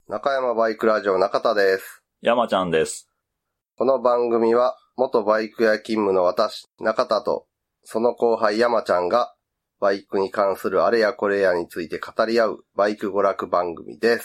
中山バイクラジオ中田です。 山ちゃんです。 この番組は元バイク屋勤務の私、中田とその後輩山ちゃんがバイクに関するあれやこれやについて語り合うバイク娯楽番組です。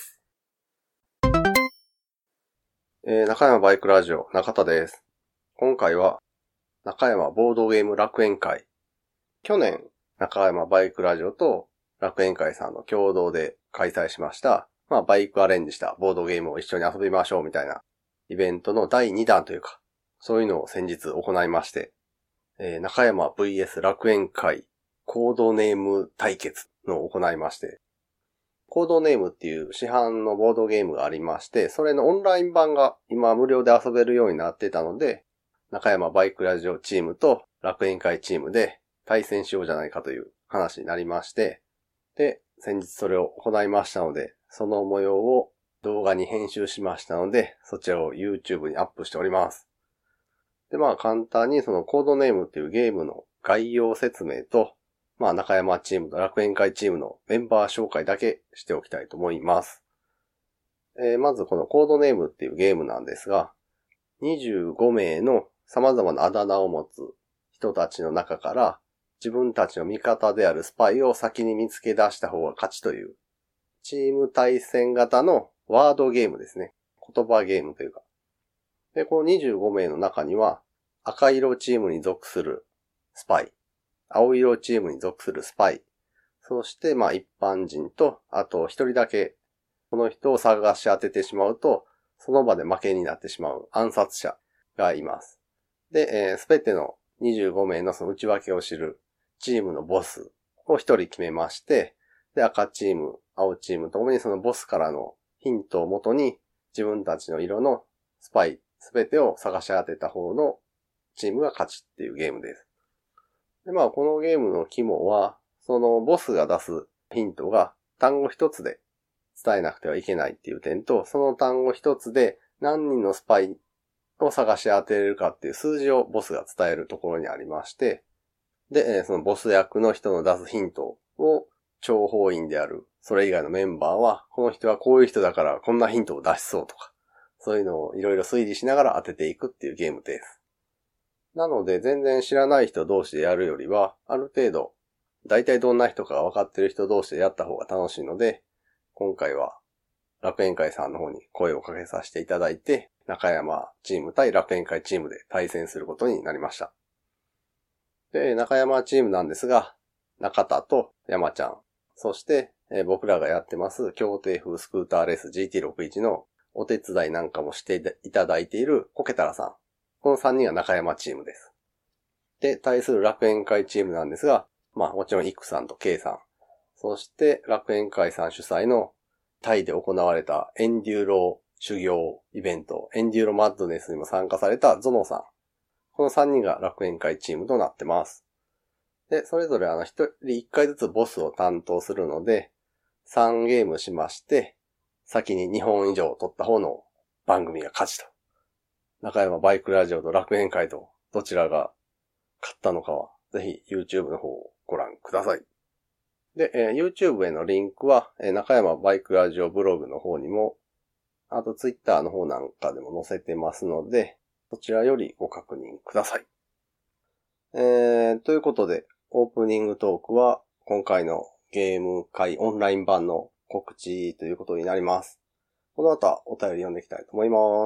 中山バイクラジオ中田です。今回は中山ボードゲーム楽園会。去年中山バイクラジオと楽園会さんの共同で開催しましたバイクアレンジしたボードゲームを一緒に遊びましょうみたいなイベントの第2弾というか、そういうのを先日行いまして、中山 VS 楽園会コードネーム対決のを行いまして、コードネームっていう市販のボードゲームがありまして、それのオンライン版が今無料で遊べるようになってたので、中山バイクラジオチームと楽園会チームで対戦しようじゃないかという話になりまして、で、先日それを行いましたので、その模様を動画に編集しましたので、そちらを YouTube にアップしております。で、簡単にそのコードネームっていうゲームの概要説明と、中山チームと楽園会チームのメンバー紹介だけしておきたいと思います。まずこのコードネームっていうゲームなんですが、25名の様々なあだ名を持つ人たちの中から自分たちの味方であるスパイを先に見つけ出した方が勝ちというチーム対戦型のワードゲームですね。言葉ゲームというか。で、この25名の中には赤色チームに属するスパイ、青色チームに属するスパイ、そして一般人と、あと一人だけこの人を探し当ててしまうと、その場で負けになってしまう暗殺者がいます。で、すべての25名のその内訳を知るチームのボスを一人決めまして、で、赤チーム、青チームともにそのボスからのヒントをもとに自分たちの色のスパイすべてを探し当てた方のチームが勝ちっていうゲームです。で、このゲームの肝は、そのボスが出すヒントが単語一つで伝えなくてはいけないっていう点と、その単語一つで何人のスパイを探し当てれるかっていう数字をボスが伝えるところにありまして、で、そのボス役の人の出すヒントを諜報員であるそれ以外のメンバーは、この人はこういう人だからこんなヒントを出しそうとか、そういうのをいろいろ推理しながら当てていくっていうゲームです。なので全然知らない人同士でやるよりは、ある程度、だいたいどんな人かが分かってる人同士でやった方が楽しいので、今回は楽園会さんの方に声をかけさせていただいて、中山チーム対楽園会チームで対戦することになりました。で、中山チームなんですが、中田と山ちゃん、そして、僕らがやってます協定風スクーターレース GT61 のお手伝いなんかもしていただいているコケタラさん。この3人が中山チームです。で、対する楽園会チームなんですが、もちろんイクさんと K さん。そして楽園会さん主催のタイで行われたエンデューロ修行イベント、エンデューロマッドネスにも参加されたゾノさん。この3人が楽園会チームとなってます。で、それぞれ1人1回ずつボスを担当するので、3ゲームしまして、先に2本以上取った方の番組が勝ちと。中山バイクラジオと楽園会とどちらが勝ったのかは、ぜひ YouTube の方をご覧ください。で、YouTube へのリンクは、中山バイクラジオブログの方にも、あと Twitter の方なんかでも載せてますので、そちらよりご確認ください。ということで、オープニングトークは今回のゲーム会オンライン版の告知ということになります。この後はお便り読んでいきたいと思います。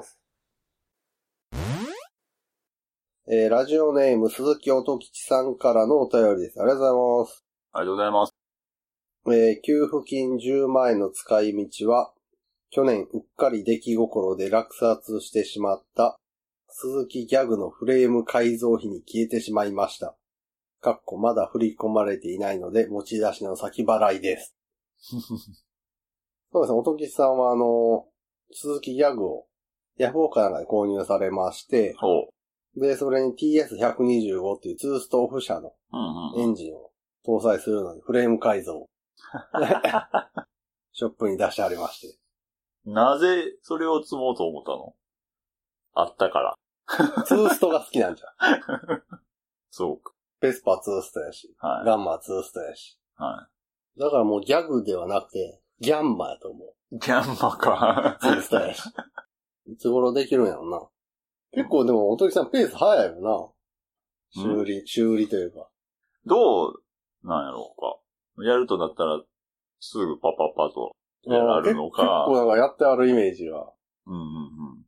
ラジオネーム鈴木音吉さんからのお便りです。ありがとうございます。 ありがとうございます。 給付金10万円の使い道は、去年うっかり出来心で落札してしまった鈴木ギャグのフレーム改造費に消えてしまいました。まだ振り込まれていないので持ち出しの先払いです。そうですね、音吉さんは鈴木ギャグをヤフオクなんかで購入されまして、で、それに TS125 っていうツーストオフ車のエンジンを搭載するのにフレーム改造ショップに出してありまして。 なぜそれを積もうと思ったの？あったから。 ツーストが好きなんじゃん。 そうか。 ペスパツーストやし、ガンマツーストやし。だからもうギャグではなくて、ギャンマやと思う。 ギャンマか。 ツイスタやし。いつ頃できるんやろな。結構でも、おときさんペース早いよな。修理というか。 どうなんやろうか。やるとなったら、すぐパパパとやられるのか。 結構なんかやってあるイメージが。 うんうん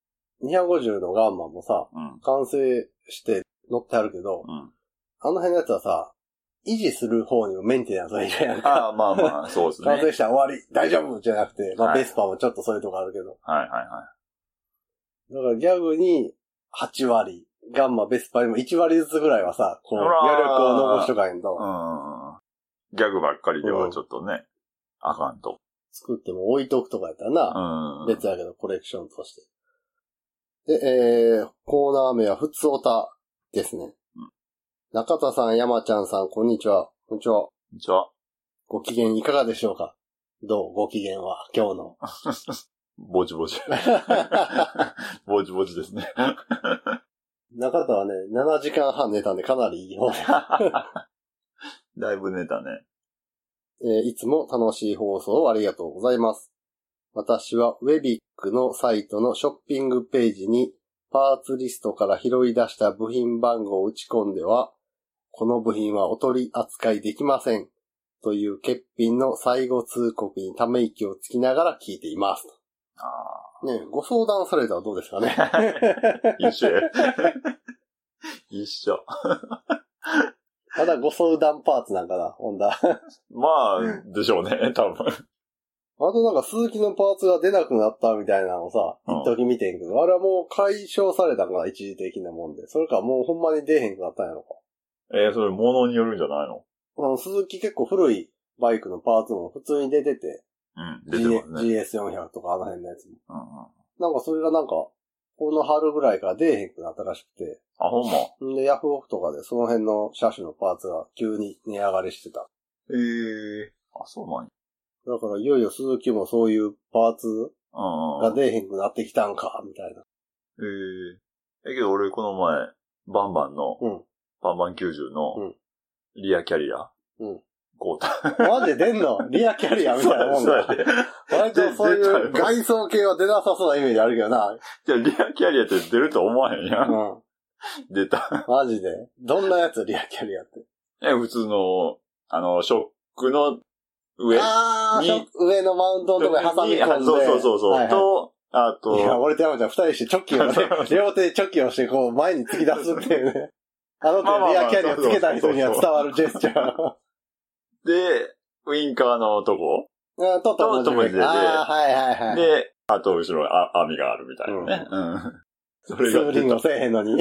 250のガンマもさ、完成して乗ってあるけど、あの辺のやつはさ、維持する方にもメンテナンスがいるやんか。 まあまあ、そうですね。 完成したら終わり、大丈夫じゃなくて、まあベスパもちょっとそういうとこあるけど。 はいはいはい。 だから逆に8割、ガンマ、ベスパにも1割ずつぐらいはさ、こう、余力を残しとかへんと。 ギャグばっかりではちょっとね、あかんと。 作っても置いとくとかやったらな、別やけどコレクションとして。で、コーナー名はふつおたですね。中田さん、山ちゃんさん、こんにちは。こんにちは。 こんにちは。 ご機嫌いかがでしょうか？どうご機嫌は、今日の。 ぼちぼち。ぼちぼちですね。 中田はね、7時間半寝たんでかなりいい方で。 だいぶ寝たね。 いつも楽しい放送をありがとうございます。私はウェビックのサイトのショッピングページにパーツリストから拾い出した部品番号を打ち込んでは、この部品はお取り扱いできませんという欠品の最後通告にため息をつきながら聞いています。ね、ご相談されたらどうですかね。 一緒や。一緒。 ただご相談パーツなんかな、ホンダ。 まあ、でしょうね、多分。 あとなんか鈴木のパーツが出なくなったみたいなのをさ、一時見てんけど、あれはもう解消されたのが一時的なもんで、それかもうほんまに出へんくなったんやろか。 それ物によるんじゃないの？ 鈴木結構古いバイクのパーツも普通に出てて、 出てますね。 GS400 とかあの辺のやつも。なんかそれがなんか、この春ぐらいから出えへんくなったらしくて。 あ、ほんま。 で、ヤフオクとかでその辺の車種のパーツが急に値上がりしてた。 あ、そうなんや。 だからいよいよ鈴木もそういうパーツが出えへんくなってきたんか、みたいな。 けど俺この前、バンバンの、バンバン90の、リアキャリア、こうた。 マジで出んの？リアキャリアみたいなもんだ。割とそういう外装系は出なさそうなイメージあるけどな。 じゃあリアキャリアって出ると思わへんやん。出た。 マジで？どんなやつリアキャリアって？ 普通の、ショックの上に。 上のマウントのとこに挟み込んで。 そう。と、あと。 いや、俺と山ちゃん二人してチョッキをして、両手でチョッキをしてこう前に突き出すっていうね。あの手リアキャリアつけた人には伝わるジェスチャー。 で、ウインカーのとこ。 ともじで。はい。 で、あと後ろ網があるみたいなね。 それが。ツーリングせえへんのに。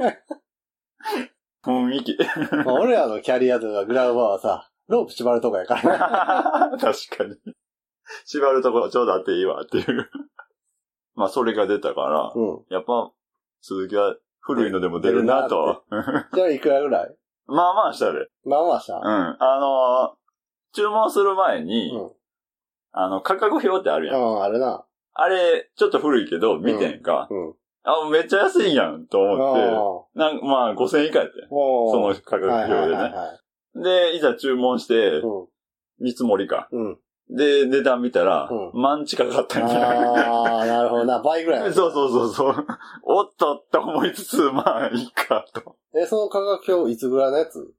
雰囲気。 俺らのキャリアとかグラウバーはさ、ロープ縛るとこやからね。確かに。縛るとこちょうどあっていいわっていう。まあそれが出たから、やっぱ、鈴木は古いのでも出るなと。 じゃあいくらぐらい？ まあまあしたで。 まあまあした？ 注文する前に、価格表ってあるやん。 あれな。 あれ、ちょっと古いけど、見てんか。めっちゃ安いやんと思って、まあ5000円以下やって。その価格表でね。で、いざ注文して、見積もりか。で、値段見たら、万近かったんじゃないか。なるほどな。倍ぐらい。 そう。おっとって思いつつ、まあ、いいかと。 その価格表いつぐらいのやつ？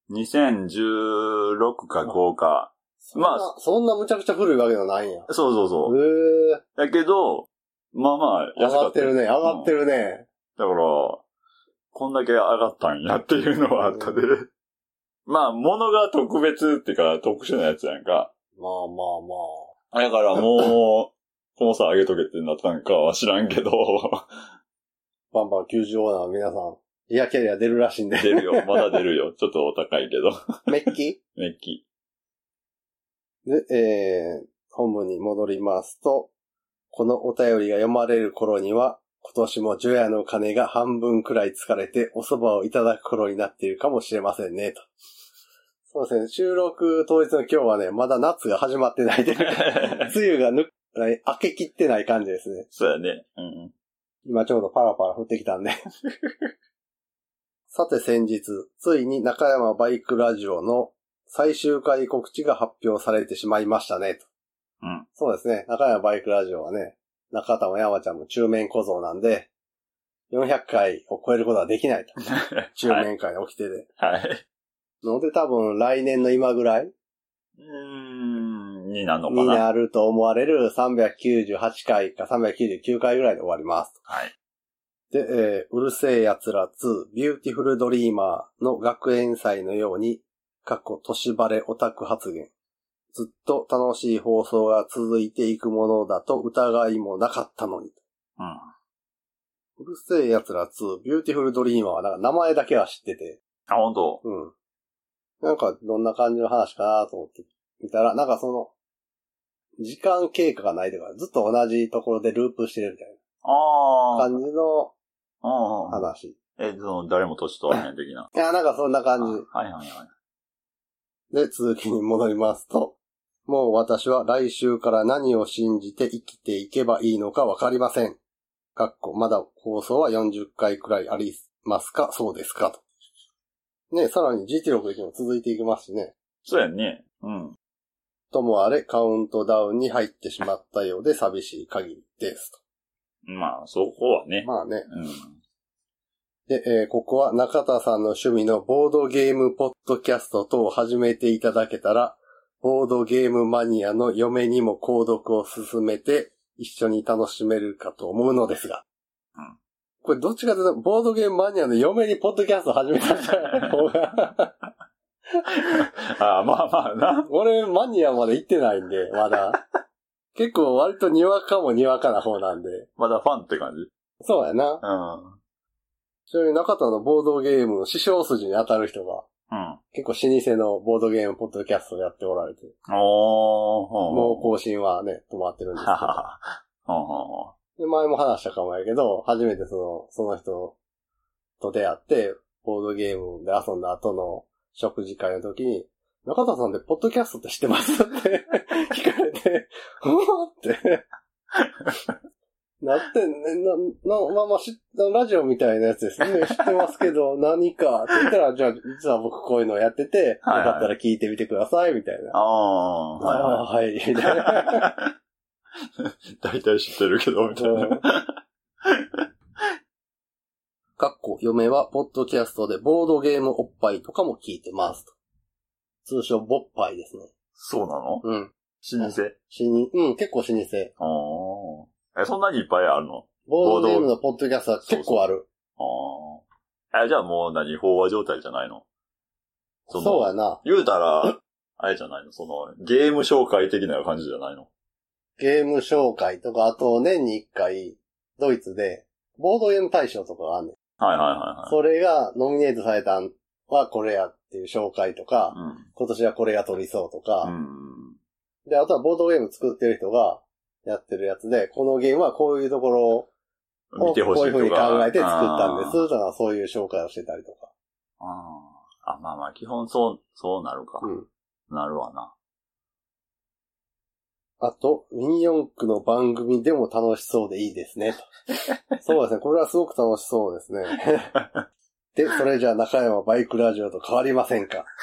2016か5か。 まあ、そんなむちゃくちゃ古いわけじゃないんや。 そう。だけど、まあまあ、 安かった。上がってるね。 だから、こんだけ上がったんやっていうのはあったで。まあ、物が特別っていうか、特殊なやつやんか。 まあ。 だからもう、この差上げとけってなったんかは知らんけど。 バンバン90オーナーの皆さん、リアキャリア出るらしいんで。 出るよ。まだ出るよ。ちょっとお高いけど。 メッキ。で、本文に戻りますと、このお便りが読まれる頃には、今年も除夜の鐘が半分くらい疲れてお蕎麦をいただく頃になっているかもしれませんね、と。そうですね、収録当日の今日はね、まだ夏が始まってないで、梅雨が明けきってない感じですね。 そうやね。 今ちょうどパラパラ降ってきたんで。さて先日、ついに中山バイクラジオの最終回告知が発表されてしまいましたね、と。 うん。 そうですね。中山バイクラジオはね、中田も山ちゃんも中面小僧なんで、400回を超えることはできないと。中面会起きてで。 はい。 ので多分来年の今ぐらいになるのかな。 になると思われる398回か399回ぐらいで終わります。 はい。 で、うるせえ奴ら2、ビューティフルドリーマーの学園祭のように、年バレオタク発言。ずっと楽しい放送が続いていくものだと疑いもなかったのに。 うん。 うるせえ奴ら2、ビューティフルドリーマーはなんか名前だけは知ってて。 あ、本当？ うん。なんかどんな感じの話かなと思って見たら、なんかその、時間経過がないというか、ずっと同じところでループしてるみたいな感じの話。 誰も年取らへん的な。 いや、なんかそんな感じ。 はいはいはい。 で、続きに戻りますと、もう私は来週から何を信じて生きていけばいいのかわかりません。まだ放送は40回くらいありますか？そうですかと。ね、さらに GT6 でも続いていきますしね。 そうやんね。うん。 ともあれカウントダウンに入ってしまったようで寂しい限りですと。まあ、そこはね。 まあね。 うん。 で、ここは中田さんの趣味のボードゲームポッドキャスト等を始めていただけたら、ボードゲームマニアの嫁にも購読を進めて一緒に楽しめるかと思うのですが。 うん。 これどっちかというと、ボードゲームマニアの嫁にポッドキャストを始めたんじゃない方が。 ああ、まあまあな。 俺マニアまで行ってないんで、まだ。結構割とにわかもにわかな方なんで。 まだファンって感じ？ そうやな。 うん。 ちなみに中田のボードゲームの師匠筋に当たる人が、 うん。 結構老舗のボードゲームポッドキャストをやっておられて。もう更新はね、止まってるんですけど。で、前も話したかもやけど、初めてその人と出会って、ボードゲームで遊んだ後の食事会の時に、中田さんってポッドキャストって知ってますって聞かれて、うわーってなってんね、まあ、ラジオみたいなやつですね。知ってますけど、何かって言ったら、じゃあ、実は僕こういうのをやってて、よかったら聞いてみてください、みたいな。はい、みたいな。 大体知ってるけど、みたいな。 嫁は、ポッドキャストでボードゲームおっぱいとかも聞いてますと。通称、ボッパイですね。 そうなの？ うん。 老舗？ うん、結構老舗。 そんなにいっぱいあるの？ ボードゲームのポッドキャストは結構ある。 じゃあもう飽和状態じゃないの？ そうやな。 言うたら、あれじゃないの？ゲーム紹介的な感じじゃないの？ ゲーム紹介とか、あと年に1回、ドイツで、ボードゲーム大賞とかがあんねん。 はい。 それがノミネートされたんはこれやっていう紹介とか、今年はこれが取りそうとか、で、あとはボードゲーム作ってる人がやってるやつで、このゲームはこういうところを見てほしいとか、 こういう風に考えて作ったんですとか、そういう紹介をしてたりとか。 まあ、基本そうなるか。なるわな。 あと、ミニ四駆の番組でも楽しそうでいいですね。そうですね。これはすごく楽しそうですね。で、それじゃあ中山バイクラジオと変わりませんか？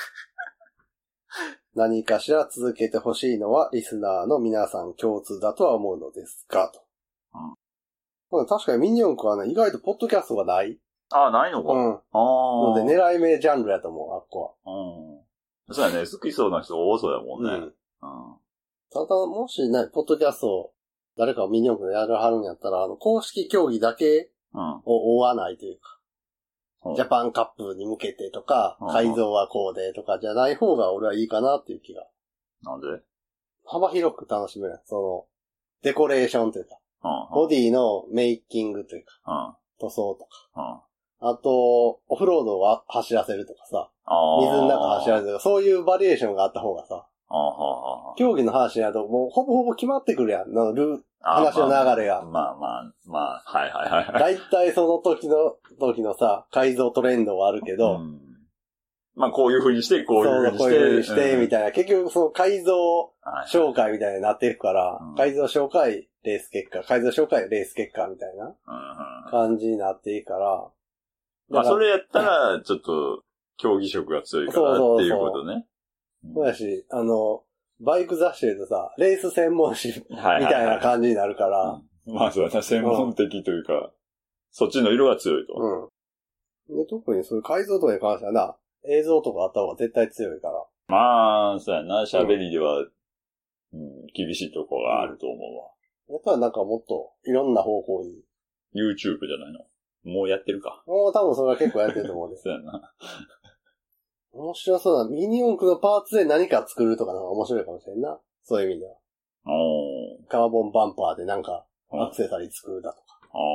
何かしら続けてほしいのはリスナーの皆さん共通だとは思うのですが、と。確かにミニ四駆はね、意外とポッドキャストがない。 ないのか。 ので狙い目ジャンルやと思う、あっこは。そうやね。好きそうな人多そうやもんね。 ただ、もしね、ポッドキャストを誰かミニ四駆でやるはるんやったら、公式競技だけを追わないというか、ジャパンカップに向けてとか、改造はこうでとかじゃない方が俺はいいかなっていう気が。 なんで？ 幅広く楽しめる。デコレーションというか、ボディのメイキングというか、塗装とか、あと、オフロードを走らせるとかさ、水の中走らせるとか、そういうバリエーションがあった方がさ、競技の話になると、もうほぼほぼ決まってくるやん。話の流れが。 まあ、はい。 だいたいその時のさ、改造トレンドはあるけど、 まあこういう風にして、こういう風にして、 みたいな。結局その改造紹介みたいになっていくから、改造紹介、レース結果、改造紹介、レース結果みたいな感じになっていいから。 まあそれやったら、ちょっと、競技色が強いからっていうことね。 そうやし、 バイク雑誌で言うとさ、レース専門誌みたいな感じになるから。 まあそうだね、専門的というか、そっちの色が強いと。 うん。で、特にそういう改造とかに関してはな、映像とかあった方が絶対強いから。 まあ、そうやな、喋りでは、厳しいとこがあると思うわ。 やっぱりなんかもっといろんな方向に。 YouTube じゃないの？もうやってるか。 もう多分それは結構やってると思うんです。 そうやな。 面白そうな。ミニ四駆のパーツで何か作るとかの方が面白いかもしれんな。そういう意味では。カーボンバンパーでなんかアクセサリー作るだとか。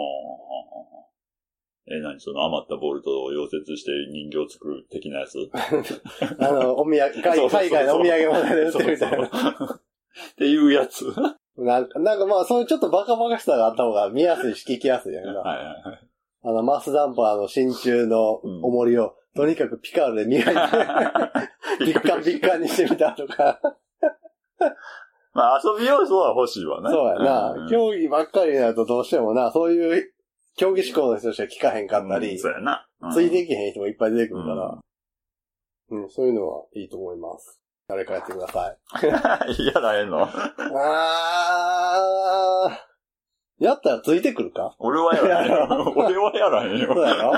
何その余ったボルトを溶接して人形作る的なやつお土産、海外のお土産物で売ってるみたいな。 っていうやつなんかまあそういうちょっとバカバカしさがあった方が見やすいし聞きやすいやんか。 はいはいはい。 マスダンパーの真鍮の重りを、とにかくピカールで磨いて、ピッカンにしてみたとか。 まあ遊び要素は欲しいわね。 そうやな。競技ばっかりになるとどうしてもな、そういう競技志向の人しか聞かへんかったり、 そうやな。 ついていけへん人もいっぱい出てくるから、そういうのはいいと思います。誰かやってください。やらへんのやったらついてくるか？ 俺はやらへん。俺はやらへんよ。 そうやろ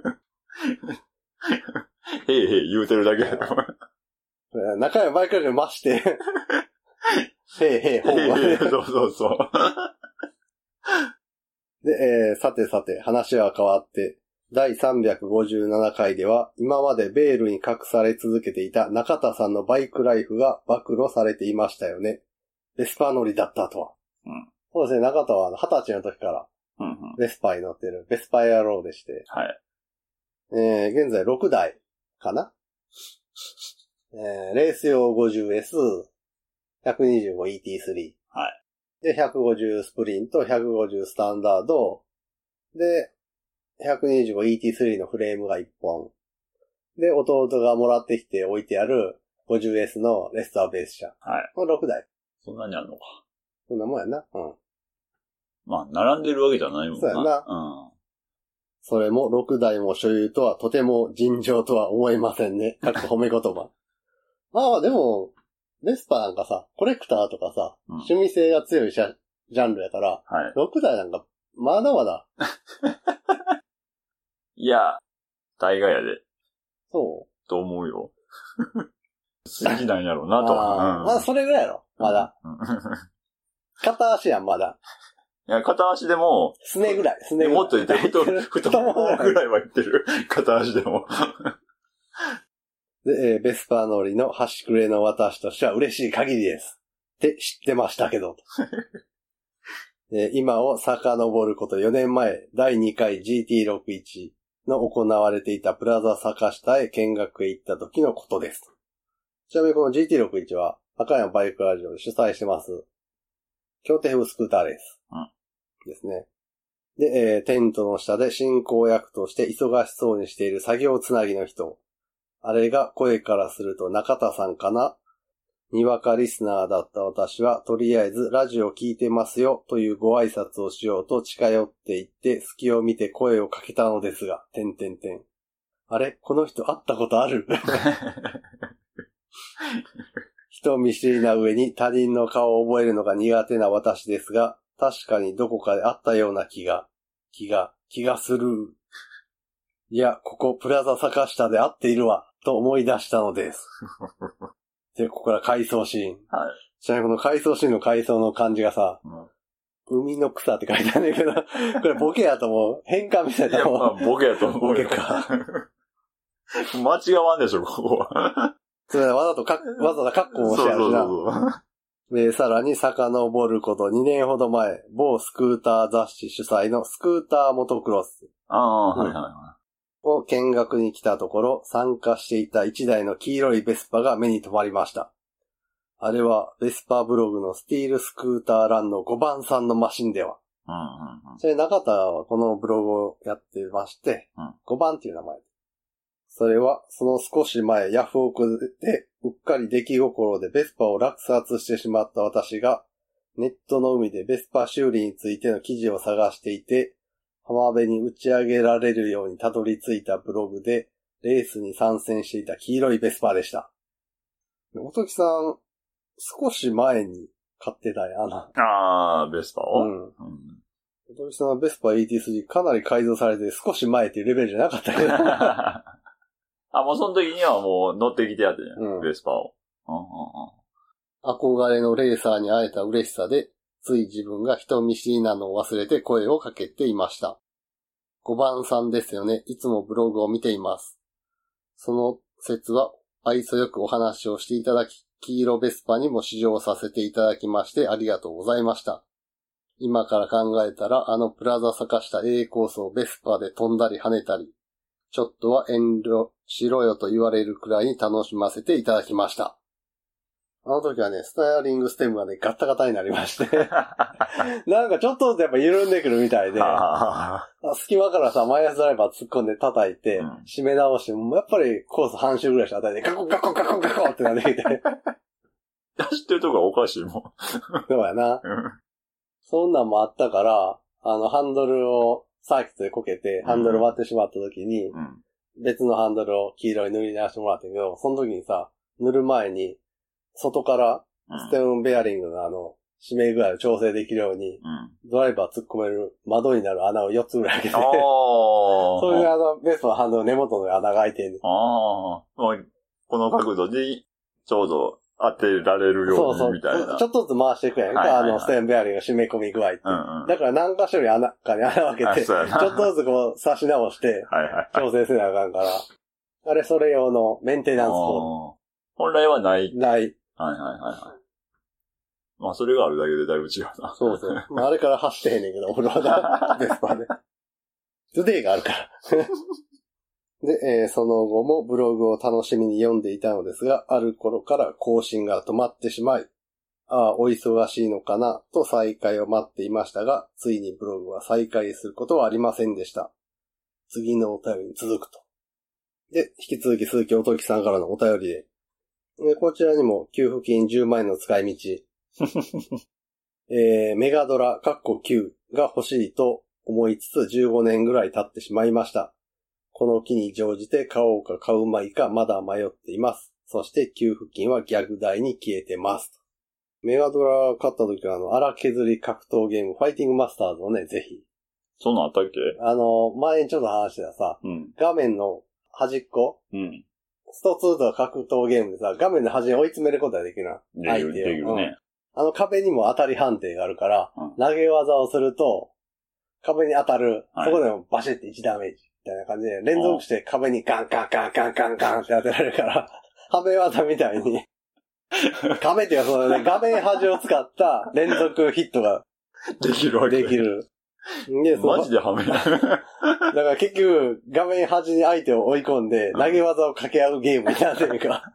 へいへい言うてるだけやろ。中山バイクで増して、へいへいほんまで。そう。 で、さて話は変わって、第357回では、今までベールに隠され続けていた中田さんのバイクライフが暴露されていましたよね。ベスパー乗りだったとは。そうですね、中田は20歳の時から、ベスパーに乗ってる、ベスパー野郎でして、 はい。 現在6台かな、レース用 50S、125ET3。 はい。 で、150スプリント、150スタンダード。で、125ET3 のフレームが1本。で、弟がもらってきて置いてある 50S のレスターベース車。 はい。 この6台。 そんなにあるのか。 そんなもんやな。 まあ、並んでるわけじゃないもんな。 そうやな。それも6台も所有とはとても尋常とは思えませんね。かっこ褒め言葉。まあでも、ベスパなんかさ、コレクターとかさ、趣味性が強いジャンルやから、6台なんか、まだまだ。 いや、大概やで。 そうと思うよ。好きなんやろうなと。 まあそれぐらいやろ、まだ。片足やん、まだ。 いや、片足でも、 すねぐらい。 もっと言ってる。太ももぐらいは言ってる。片足でも。 で、ベスパー乗りの端くれの私としては嬉しい限りです。って知ってましたけど。今を遡ること4年前、第2回 GT61 の行われていたプラザ坂下へ見学へ行った時のことです。ちなみにこの GT61 は、赤山バイクラジオで主催してます。京都風スクーターレース。ですね。で、テントの下で進行役として忙しそうにしている作業つなぎの人。あれが声からすると中田さんかな？にわかリスナーだった私は、とりあえずラジオ聞いてますよというご挨拶をしようと近寄っていって隙を見て声をかけたのですが、あれ？この人会ったことある？人見知りな上に他人の顔を覚えるのが苦手な私ですが、確かにどこかで会ったような気がする。いや、ここプラザ坂下で会っているわ、と思い出したのです。で、ここから回想シーン。 はい。 ちなみにこの回想シーンの回想の漢字がさ、海の草って書いてあるんだけど、これボケやと思う。変換みたいな。いや、 まあ、ボケやと思う。 ボケか。 間違わんでしょ、ここは。 それわざとカッコもしてあるしな。で、さらに遡ること2年ほど前、某スクーター雑誌主催のスクーターモトクロス。 はいはいはい。 を見学に来たところ、参加していた1台の黄色いベスパが目に留まりました。あれは、ベスパブログのスティールスクーターランの5番さんのマシンでは。それ中田はこのブログをやってまして、5番っていう名前。それは、その少し前、ヤフオクで、うっかり出来心でベスパを落札してしまった私が、ネットの海でベスパ修理についての記事を探していて、浜辺に打ち上げられるようにたどり着いたブログで、レースに参戦していた黄色いベスパーでした。おときさん、 少し前に買ってたやな。 あー、ベスパを小鳥さんはベスパ ET3 かなり改造されて少し前っていうレベルじゃなかったけど。 もうその時にはもう乗ってきてやってね、ベスパを。 憧れのレーサーに会えた嬉しさで、つい自分が人見知りなのを忘れて声をかけていました。5番さんですよね。いつもブログを見ています。その説は愛想よくお話をしていただき、黄色ベスパにも試乗させていただきましてありがとうございました。今から考えたらプラザ坂下 A コースをベスパで飛んだり跳ねたり、ちょっとは遠慮しろよと言われるくらいに楽しませていただきました。あの時はね、スタイリングステムがね、ガッタガタになりまして。なんかちょっとずつやっぱ緩んでくるみたいで、隙間からさ、マイナスドライバー突っ込んで叩いて、締め直して、やっぱりコース半周ぐらいして叩いて、ガコガコガコガコってなってきて。 走ってるとこがおかしいもん。 そうやな。そんなんもあったから、ハンドルをサーキットでこけて、ハンドル割ってしまった時に、別のハンドルを黄色に塗り直してもらったけど、その時にさ、塗る前に、外からステムベアリングの締め具合を調整できるように、ドライバー突っ込める窓になる穴を4つぐらい開けて、それでベストのハンドル根元の穴が開いてんねん。 この角度でちょうど当てられるようにみたいな。 ちょっとずつ回していくやんか、ステムベアリング締め込み具合って。だから何箇所に穴開けて、ちょっとずつこう差し直して、調整せなあかんから、それ用のメンテナンスホール。 本来はない。 ない。 まあ、それがあるだけでだいぶ違うな。 そうそう。あれから走ってへんねんけど、俺はベスパで。トゥデイがあるから。で、その後もブログを楽しみに読んでいたのですが、ある頃から更新が止まってしまい、お忙しいのかな、と再開を待っていましたが、ついにブログは再開することはありませんでした。次のお便りに続くと。で、引き続き鈴木おときさんからのお便りで、こちらにも給付金10万円の使い道。メガドラ(9) が欲しいと思いつつ15年ぐらい経ってしまいました。この機に乗じて買おうか買うまいかまだ迷っています。そして給付金はギャグ代に消えてます。メガドラ買った時は荒削り格闘ゲームファイティングマスターズをね、ぜひ。 そんなんあったっけ？ 前にちょっと話してたさ、画面の端っこ、スト2とか格闘ゲームでさ、画面の端に追い詰めることができるな。 できるね。 壁にも当たり判定があるから、投げ技をすると、壁に当たる、そこでもバシッて1ダメージ、みたいな感じで、連続して壁にガンガンガンガンガンガンって当てられるから、はめ技みたいに、壁っていうかそのね、画面端を使った連続ヒットができるわけ。 できる。 マジではめない。 だから結局、画面端に相手を追い込んで、投げ技を掛け合うゲームになってるか。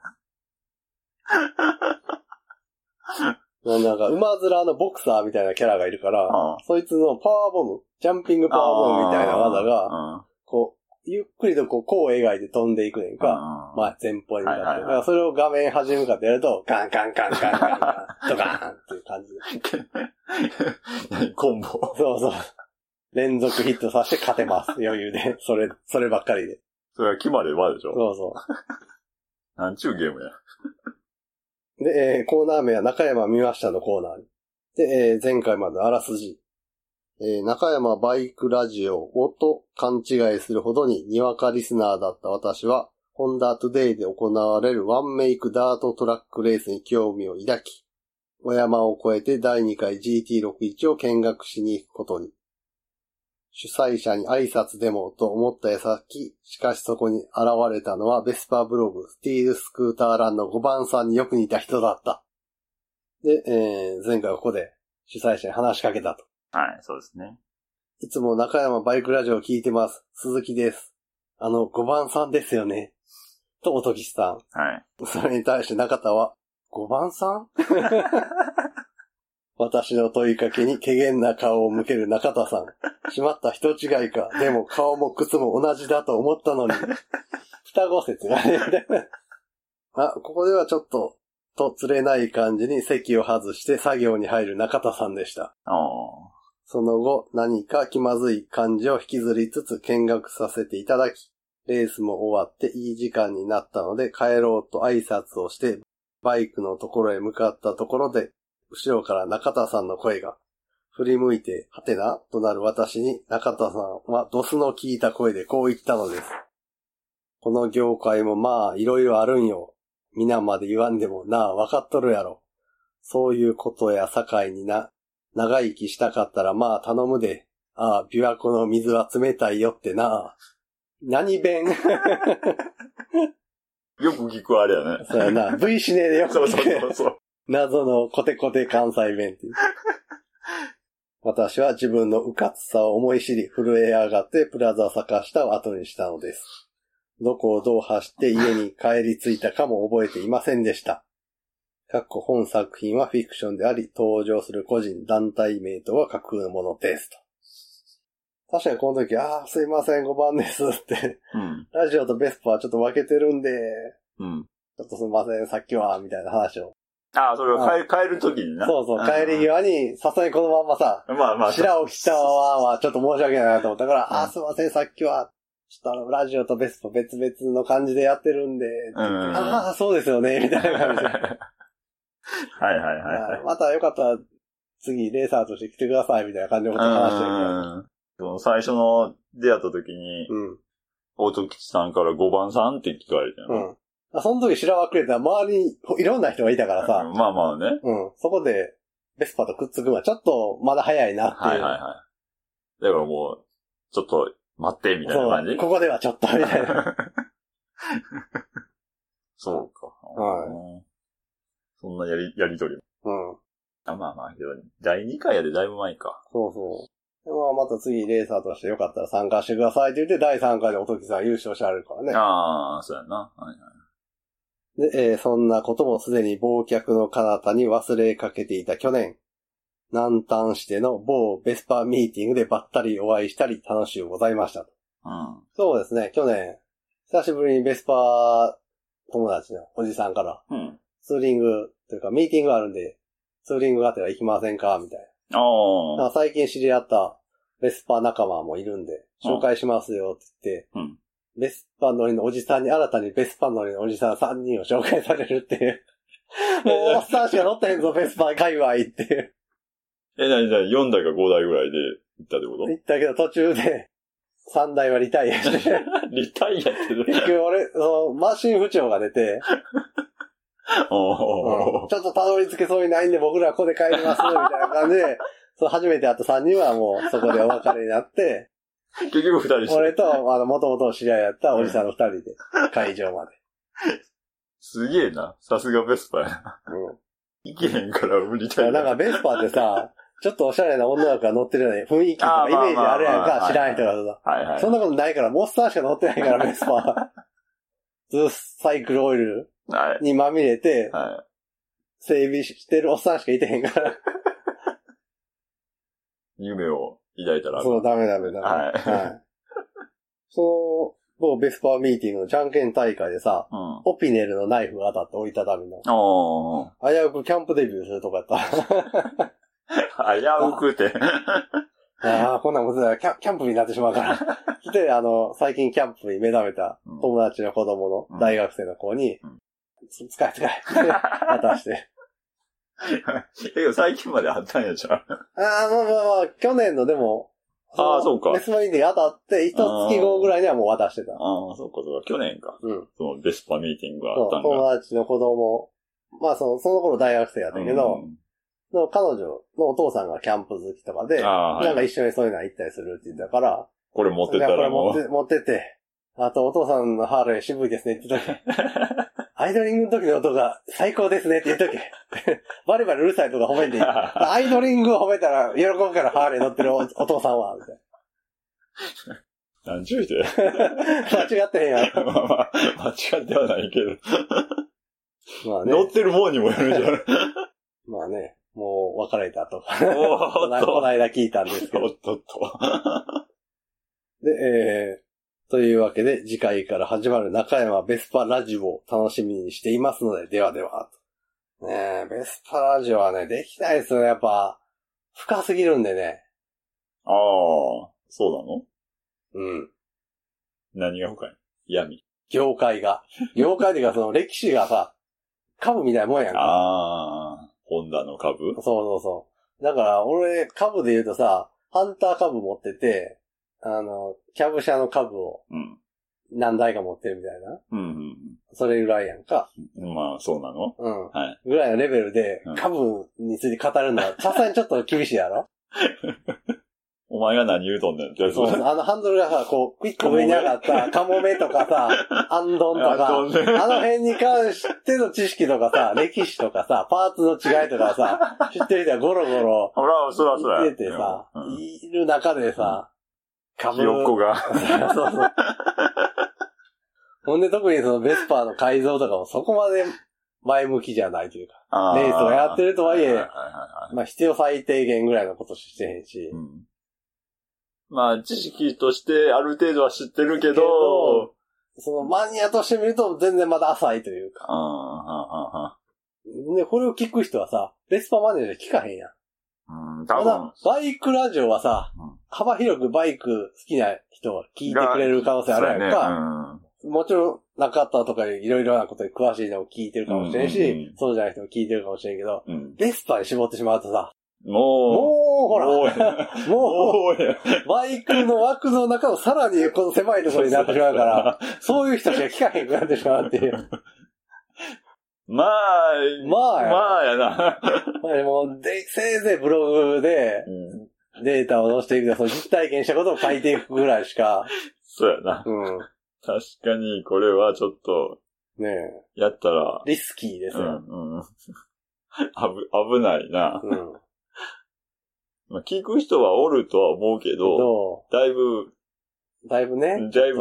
なんか、馬面のボクサーみたいなキャラがいるから、そいつのパワーボム、ジャンピングパワーボムみたいな技が、こう、ゆっくりとこう描いて飛んでいくねんか、前方に向かって。だからそれを画面端に向かってやると、ガンガンガンガンガンガン、ドカーンっていう感じで。 コンボ。 そうそう。連続ヒットさせて勝てます。余裕で。そればっかりで。 それは決まればでしょ？ そうそう。 なんちゅうゲームや。 で、コーナー名は中山見ましたのコーナーで、前回まであらすじ。中山バイクラジオをと勘違いするほどににわかリスナーだった私は、ホンダトゥデイで行われるワンメイクダートトラックレースに興味を抱き、小山を越えて第2回 GT61 を見学しに行くことに。主催者に挨拶でもと思った矢先、しかしそこに現れたのはベスパーブログ、スティールスクーターランの5番さんによく似た人だった。で、前回はここで主催者に話しかけたと。 はい、そうですね。 いつも中山バイクラジオを聞いてます。鈴木です。5番さんですよね。と、おときさん。 はい。 それに対して中田は、5番さん私の問いかけに怪げな顔を向ける中田さん。しまった人違いか。でも顔も靴も同じだと思ったのに。双子説がね。ここではちょっと、釣れない感じに席を外して作業に入る中田さんでした。その後、何か気まずい感じを引きずりつつ見学させていただき、レースも終わっていい時間になったので帰ろうと挨拶をして、 バイクのところへ向かったところで、後ろから中田さんの声が、振り向いて、はてなとなる私に中田さんはドスの効いた声でこう言ったのです。この業界もまあいろいろあるんよ。皆まで言わんでもなあわかっとるやろ。そういうことや境にな、長生きしたかったらまあ頼むで。ああ、琵琶湖の水は冷たいよってな。何弁よく聞くあれやね。 そうやな。V シネでよく聞く。 そう。 謎のコテコテ関西弁っていう。私は自分のうかつさを思い知り、震え上がってプラザ坂下を後にしたのです。どこをどう走って家に帰り着いたかも覚えていませんでした。本作品はフィクションであり、登場する個人、団体名とは架空のものですと。確かにこの時、すいません、5番ですって、うん。ラジオとベスパはちょっと分けてるんで、うん。ちょっとすいません、さっきは、みたいな話を。 それを帰る時にな。 そう、帰り際に、さすがにこのまんまさ、白を切ったままはちょっと申し訳ないなと思ったから、すいません、さっきは、ちょっとラジオとベスパ別々の感じでやってるんで、そうですよね、みたいな感じで。はい。またよかったら、次、レーサーとして来てください、みたいな感じのことを話してるけど。最初の出会った時に、音吉さんから5番さんって聞かれてる。 その時白はくれたら周りにいろんな人がいたからさ。 まあまあね。 そこで、ベスパとくっつくのはちょっとまだ早いなっていう。 だからもう、ちょっと待って、みたいな感じ。 ここではちょっと、みたいな。 そうか。そんなやりとり。まあ、第2回やでだいぶ前か。 そう。また次レーサーとしてよかったら参加してくださいって言って、第3回で音木さん優勝してあるからね。 そうやな。 で、そんなこともすでに忘却の彼方に忘れかけていた去年、南丹市での某ベスパーミーティングでばったりお会いしたり楽しゅうございましたと。そうですね、去年、久しぶりにベスパー友達のおじさんから、ツーリングというかミーティングがあるんで、ツーリングがてら行きませんかみたいな。最近知り合ったベスパー仲間もいるんで、紹介しますよって言って、ベスパ乗りのおじさんに新たにベスパ乗りのおじさん3人を紹介されるっていう。もうおっさんしか乗ってへんぞ、ベスパ界隈っていう。 4台か5台ぐらいで行ったってこと？ 行ったけど途中で3台はリタイアして。 リタイアってどう？ 結局俺、マシン不調が出て、ちょっとたどり着けそうにないんで僕らはここで帰ります、みたいな感じで、初めて会った3人はもうそこでお別れになって、 結局2人して。 俺と、元々知り合いやったおじさんの2人で、会場まで。 すげえな。さすがベスパーやな。行けへんから無理だよ。 なんかベスパーってさ、ちょっとおしゃれな女の子が乗ってるような雰囲気とかイメージあるやんか、知らない人がさ。そんなことないから、モッサンしか乗ってないから、ベスパー。サイクルオイルにまみれて、整備してるおっさんしかいてへんから。 夢を抱いたら。 そう、ダメ。某ベスパーミーティングのじゃんけん大会でさ、オピネルのナイフが当たって折りたたみの。危うくキャンプデビューするとこやった。 危うくて。 こんなんことだキャンプになってしまうから。で、最近キャンプに目覚めた友達の子供の大学生の子に、使え。渡して。 最近まであったんやじゃん。 去年のでも、 そうか。 ベスパーミーティング当たって、一月後ぐらいにはもう渡してた。 そうか。去年か。そのベスパーミーティングがあったんだ。 友達の子供、その頃大学生やったけど、彼女のお父さんがキャンプ好きとかで、なんか一緒にそういうの行ったりするって言ったから、 これ持ってったらもう。 これ持ってって、あとお父さんのハーレー渋いですねって言っとけ。アイドリングの時の音が最高ですねって言っとけ。バリバリうるさいとか褒めんでいい。アイドリングを褒めたら喜ぶからハーレー乗ってるお父さんは、みたいな。何ちゅうて。 間違ってへんやん。 間違ってはないけど。乗ってるもんにもよるじゃん。 まあね、もう別れたとか。この間聞いたんですけど。で、というわけで、次回から始まる中山ベスパラジオを楽しみにしていますので、ではでは。ねえ、ベスパラジオはね、できないですよね、やっぱ。深すぎるんでね。 そうなの？何が深い？闇。 業界っていうか、その歴史がさ、 株みたいなもんやんか。 ホンダの株？ そうそうそう。だから、俺、株で言うとさ、ハンター株持ってて、キャブ車の株を、何台か持ってるみたいな。うんうん。それぐらいやんか。 まあ、そうなの？ うん。はい。ぐらいのレベルで、株について語るのは、さすがにちょっと厳しいやろ？ お前が何言うとんねんって。 そう、ハンドルがさ、こう、クイッと上に上がった、カモメとかさ、アンドンとか、あの辺に関しての知識とかさ、歴史とかさ、パーツの違いとかさ、知ってる人はゴロゴロ、言っててさ、いる中でさ、 ひよっこが。 そうそう。ほんで特にそのベスパーの改造とかもそこまで前向きじゃないというか、レースをやってるとはいえ、まあ必要最低限ぐらいのことしてへんし、 まあ、知識としてある程度は知ってるけど、 そのマニアとして見ると全然まだ浅いというか。で、これを聞く人はさ、ベスパマニアで聞かへんやん。多分。バイクラジオはさ、幅広くバイク好きな人は聞いてくれる可能性あるやんか。もちろん、中田とかいろいろなことに詳しいのを聞いてるかもしれんし、そうじゃない人も聞いてるかもしれんけど、ベスパに絞ってしまうとさ、もうほら、もう、バイクの枠の中のさらにこの狭いところになってしまうから、そういう人しか聞かへんくなってしまうっていう。 まあやな。 もうせいぜいブログでデータを載せていくと、その実体験したことを書いていくぐらいしか。 そうやな。確かに、これはちょっと、ねえ。やったら。 リスキーですよ。 危ないな。まあ、聞く人はおるとは思うけど、だいぶね。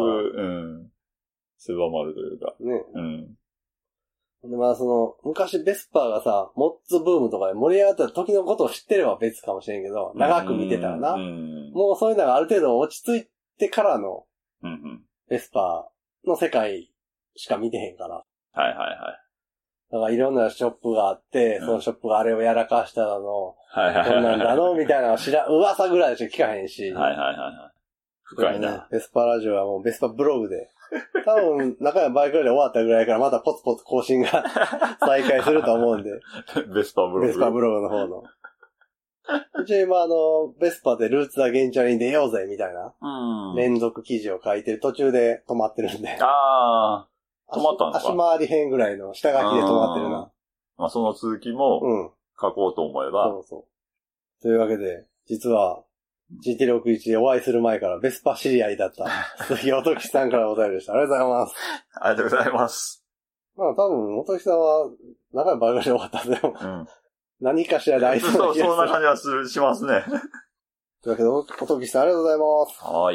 狭まるというか。ね。 で、まあ昔ベスパーがさ、モッツブームとかで盛り上がった時のことを知ってれば別かもしれんけど、長く見てたらな。もうそういうのがある程度落ち着いてからの、ベスパーの世界しか見てへんから。 はい。 だからいろんなショップがあって、そのショップがあれをやらかしたの、こんなんだのみたいなの噂ぐらいしか聞かへんし。 深いな。 ベスパラジオはもうベスパブログで。多分、中山バイクラで終わったぐらいからまたポツポツ更新が再開すると思うんで。 ベスパブログ。 ベスパブログの方の。一応今ベスパでルーツアゲンチャリに出ようぜみたいな。連続記事を書いてる途中で止まってるんで。 止まったんですか？ 足回り編ぐらいの下書きで止まってるな。 まあその続きも、書こうと思えば。 そう。というわけで、実は、GT61 でお会いする前からベスパ知り合いだった、鈴木音吉さんからお便りでした。ありがとうございます。 ありがとうございます。 まあ多分、音吉さんは、仲良くバイクで終わったんでも、何かしらで会いそうな気がする。 そんな感じはしますね。 というわけで、音吉さんありがとうございます。 はい。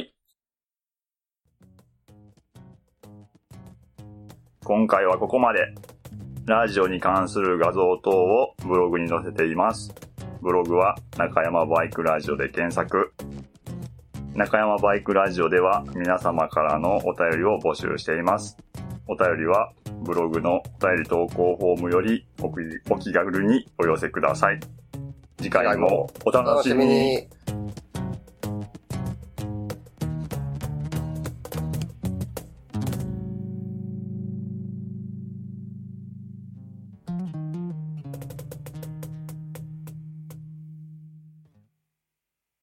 今回はここまで。ラジオに関する画像等をブログに載せています。ブログは中山バイクラジオで検索。中山バイクラジオでは皆様からのお便りを募集しています。お便りはブログのお便り投稿フォームよりお気軽にお寄せください。次回もお楽しみに。